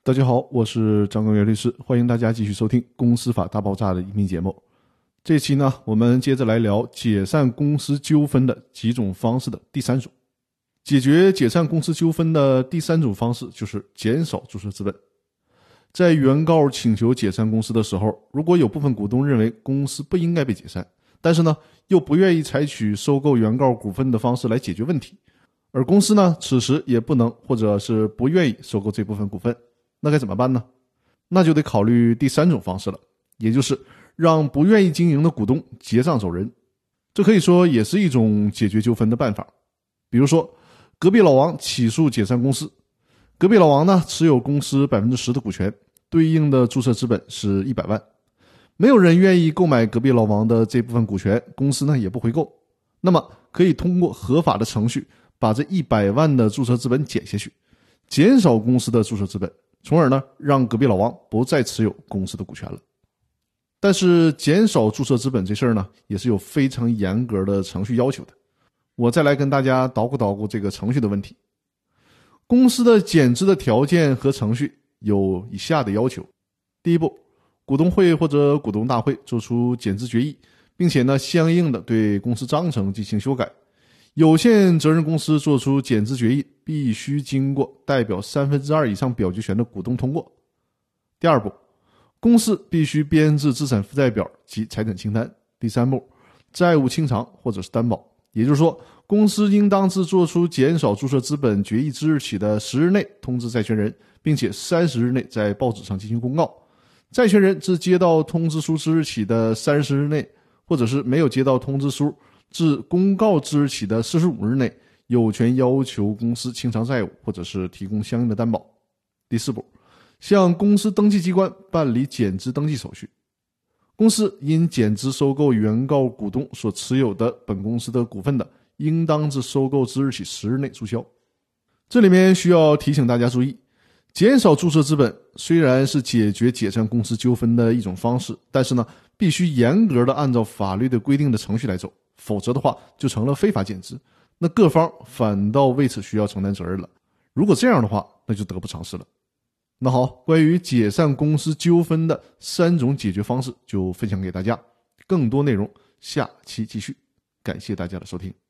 大家好，我是张根源律师，欢迎大家继续收听《公司法大爆炸》的音频节目。这期呢，我们接着来聊解散公司纠纷的几种方式的第三种。解决解散公司纠纷的第三种方式就是减少注册资本。在原告请求解散公司的时候，如果有部分股东认为公司不应该被解散，但是呢，又不愿意采取收购原告股份的方式来解决问题，而公司呢，此时也不能或者是不愿意收购这部分股份，那该怎么办呢？那就得考虑第三种方式了，也就是让不愿意经营的股东结账走人。这可以说也是一种解决纠纷的办法。比如说，隔壁老王起诉解散公司，隔壁老王呢持有公司 10% 的股权，对应的注册资本是100万。没有人愿意购买隔壁老王的这部分股权，公司呢也不回购。那么可以通过合法的程序把这100万的注册资本减下去，减少公司的注册资本，从而呢让隔壁老王不再持有公司的股权了。但是减少注册资本这事儿呢，也是有非常严格的程序要求的。我再来跟大家捣鼓这个程序的问题。公司的减资的条件和程序有以下的要求。第一步，股东会或者股东大会做出减资决议，并且呢相应的对公司章程进行修改。有限责任公司做出减资决议必须经过代表2/3以上表决权的股东通过。第二步，公司必须编制资产负债表及财产清单。第三步，债务清偿或者是担保，也就是说，公司应当自做出减少注册资本决议之日起的10日内通知债权人，并且30日内在报纸上进行公告。债权人自接到通知书之日起的30日内，或者是没有接到通知书自公告之日起的45日内，有权要求公司清偿债务或者是提供相应的担保。第四步，向公司登记机关办理减资登记手续。公司因减资收购原告股东所持有的本公司的股份的，应当自收购之日起10日内注销。这里面需要提醒大家注意，减少注册资本虽然是解决解散公司纠纷的一种方式，但是呢，必须严格的按照法律的规定的程序来走，否则的话就成了非法减资，那各方反倒为此需要承担责任了。如果这样的话，那就得不偿失了。那好，关于解散公司纠纷的3种解决方式就分享给大家，更多内容下期继续。感谢大家的收听。